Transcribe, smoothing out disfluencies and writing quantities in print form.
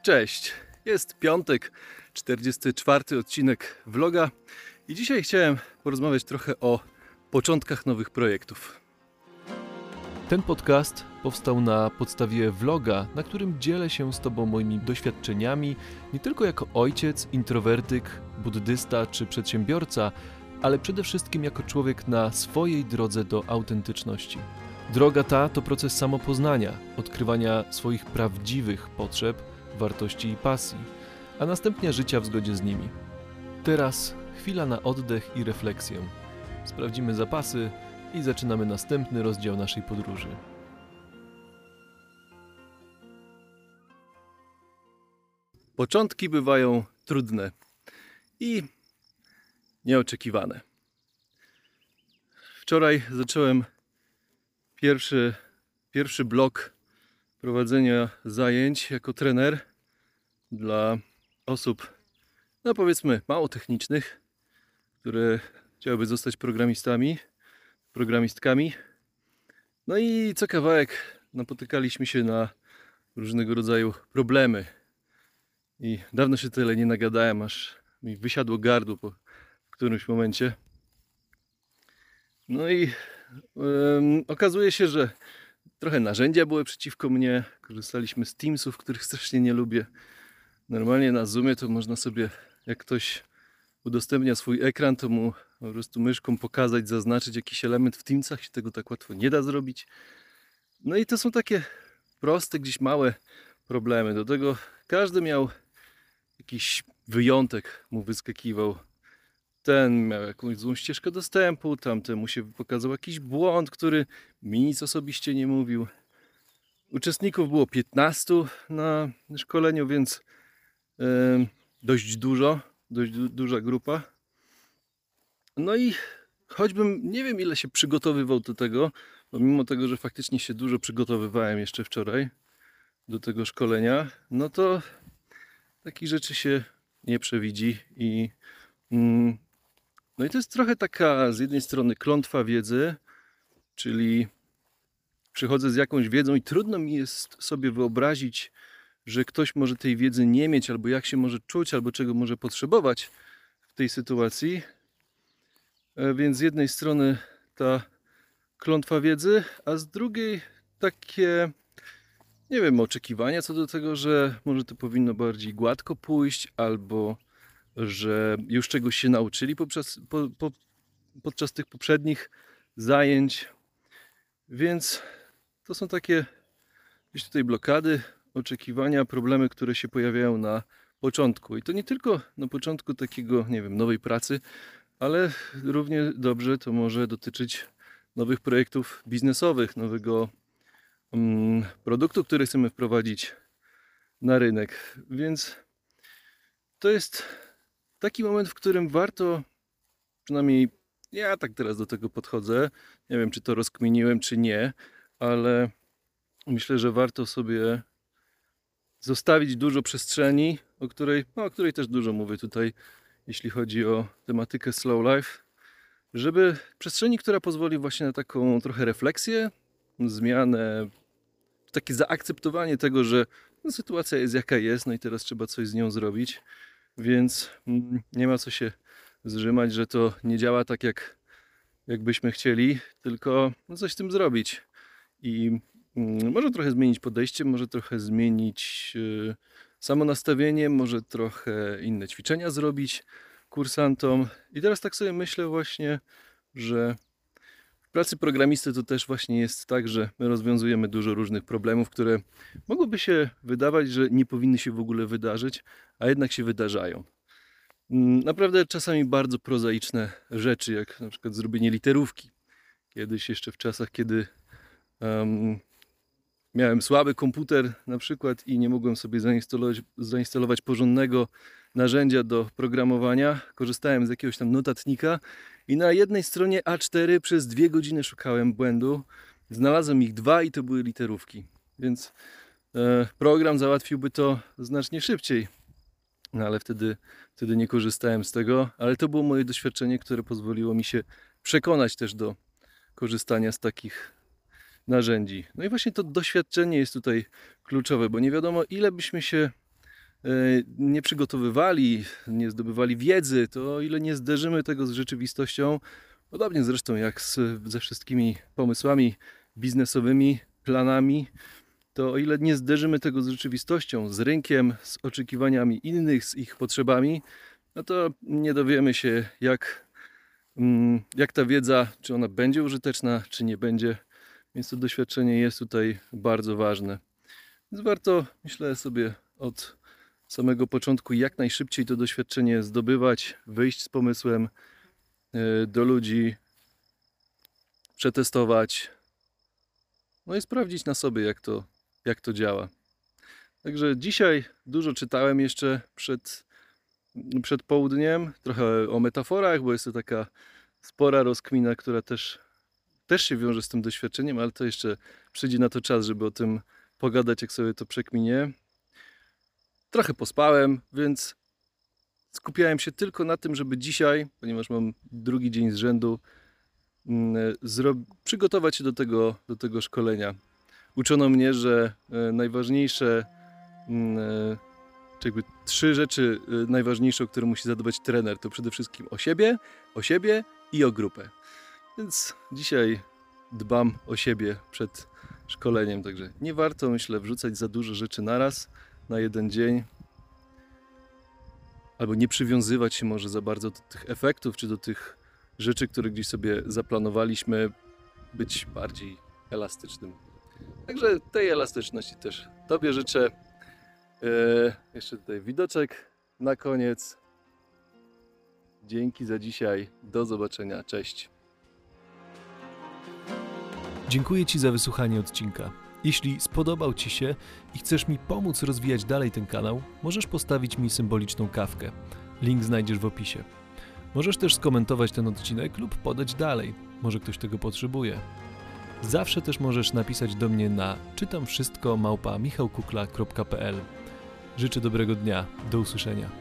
Cześć, jest piątek, 44 odcinek vloga i dzisiaj chciałem porozmawiać trochę o początkach nowych projektów. Ten podcast powstał na podstawie vloga, na którym dzielę się z Tobą moimi doświadczeniami, nie tylko jako ojciec, introwertyk, buddysta czy przedsiębiorca, ale przede wszystkim jako człowiek na swojej drodze do autentyczności. Droga ta to proces samopoznania, odkrywania swoich prawdziwych potrzeb, wartości i pasji, a następnie życia w zgodzie z nimi. Teraz chwila na oddech i refleksję. Sprawdzimy zapasy i zaczynamy następny rozdział naszej podróży. Początki bywają trudne i nieoczekiwane. Wczoraj zacząłem pierwszy blok prowadzenia zajęć jako trener dla osób, powiedzmy, mało technicznych, które chciałyby zostać programistkami. No i co kawałek napotykaliśmy się na różnego rodzaju problemy. I dawno się tyle nie nagadałem, aż mi wysiadło gardło w którymś momencie. No i okazuje się, że trochę narzędzia były przeciwko mnie. Korzystaliśmy z Teamsów, których strasznie nie lubię. Normalnie na Zoomie to można sobie, jak ktoś udostępnia swój ekran, to mu po prostu myszką pokazać, zaznaczyć jakiś element. W Teamsach się tego tak łatwo nie da zrobić. No i to są takie proste, gdzieś małe problemy. Do tego każdy miał jakiś wyjątek, mu wyskakiwał. Ten miał jakąś złą ścieżkę dostępu, tamtemu się pokazał jakiś błąd, który mi nic osobiście nie mówił. Uczestników było 15 na szkoleniu, więc dość duża grupa. No i choćbym nie wiem ile się przygotowywał do tego, bo mimo tego, że faktycznie się dużo przygotowywałem jeszcze wczoraj do tego szkolenia, no to takich rzeczy się nie przewidzi no i to jest trochę taka z jednej strony klątwa wiedzy, czyli przychodzę z jakąś wiedzą i trudno mi jest sobie wyobrazić, że ktoś może tej wiedzy nie mieć, albo jak się może czuć, albo czego może potrzebować w tej sytuacji. Więc z jednej strony ta klątwa wiedzy, a z drugiej takie, nie wiem, oczekiwania co do tego, że może to powinno bardziej gładko pójść, albo że już czegoś się nauczyli podczas tych poprzednich zajęć. Więc to są takie gdzieś tutaj blokady, oczekiwania, problemy, które się pojawiają na początku. I to nie tylko na początku takiego, nie wiem, nowej pracy, ale równie dobrze to może dotyczyć nowych projektów biznesowych, nowego produktu, który chcemy wprowadzić na rynek. Więc to jest taki moment, w którym warto, przynajmniej ja tak teraz do tego podchodzę, nie wiem czy to rozkminiłem czy nie, ale myślę, że warto sobie zostawić dużo przestrzeni, o której też dużo mówię tutaj, jeśli chodzi o tematykę slow life, żeby przestrzeni, która pozwoli właśnie na taką trochę refleksję, zmianę, takie zaakceptowanie tego, że sytuacja jest jaka jest, no i teraz trzeba coś z nią zrobić, więc nie ma co się zrzymać, że to nie działa tak jakbyśmy chcieli, tylko coś z tym zrobić i może trochę zmienić podejście, może trochę zmienić samo nastawienie, może trochę inne ćwiczenia zrobić kursantom. I teraz tak sobie myślę właśnie, że w pracy programisty to też właśnie jest tak, że my rozwiązujemy dużo różnych problemów, które mogłoby się wydawać, że nie powinny się w ogóle wydarzyć, a jednak się wydarzają. Naprawdę czasami bardzo prozaiczne rzeczy, jak na przykład zrobienie literówki. Kiedyś jeszcze w czasach, kiedy miałem słaby komputer na przykład i nie mogłem sobie zainstalować porządnego narzędzia do programowania. Korzystałem z jakiegoś tam notatnika i na jednej stronie A4 przez 2 godziny szukałem błędu. Znalazłem ich 2 i to były literówki. Więc program załatwiłby to znacznie szybciej. No ale wtedy nie korzystałem z tego. Ale to było moje doświadczenie, które pozwoliło mi się przekonać też do korzystania z takich narzędzi. No i właśnie to doświadczenie jest tutaj kluczowe, bo nie wiadomo ile byśmy się nie przygotowywali, nie zdobywali wiedzy, to o ile nie zderzymy tego z rzeczywistością, podobnie zresztą jak ze wszystkimi pomysłami biznesowymi, planami, to o ile nie zderzymy tego z rzeczywistością, z rynkiem, z oczekiwaniami innych, z ich potrzebami, no to nie dowiemy się, jak ta wiedza, czy ona będzie użyteczna, czy nie będzie. Więc to doświadczenie jest tutaj bardzo ważne. Więc warto, myślę sobie, od samego początku jak najszybciej to doświadczenie zdobywać, wyjść z pomysłem do ludzi, przetestować, no i sprawdzić na sobie, jak to działa. Także dzisiaj dużo czytałem jeszcze przed południem, trochę o metaforach, bo jest to taka spora rozkmina, która też się wiąże z tym doświadczeniem, ale to jeszcze przyjdzie na to czas, żeby o tym pogadać, jak sobie to przekminię. Trochę pospałem, więc skupiałem się tylko na tym, żeby dzisiaj, ponieważ mam drugi dzień z rzędu, przygotować się do tego szkolenia. Uczono mnie, że najważniejsze, czy jakby 3 rzeczy najważniejsze, o które musi zadbać trener, to przede wszystkim o siebie i o grupę. Więc dzisiaj dbam o siebie przed szkoleniem, także nie warto, myślę, wrzucać za dużo rzeczy naraz, na jeden dzień. Albo nie przywiązywać się może za bardzo do tych efektów, czy do tych rzeczy, które gdzieś sobie zaplanowaliśmy, być bardziej elastycznym. Także tej elastyczności też Tobie życzę. Jeszcze tutaj widoczek na koniec. Dzięki za dzisiaj. Do zobaczenia. Cześć. Dziękuję Ci za wysłuchanie odcinka. Jeśli spodobał Ci się i chcesz mi pomóc rozwijać dalej ten kanał, możesz postawić mi symboliczną kawkę. Link znajdziesz w opisie. Możesz też skomentować ten odcinek lub podać dalej. Może ktoś tego potrzebuje. Zawsze też możesz napisać do mnie na czytamwszystko@michałkukla.pl. Życzę dobrego dnia. Do usłyszenia.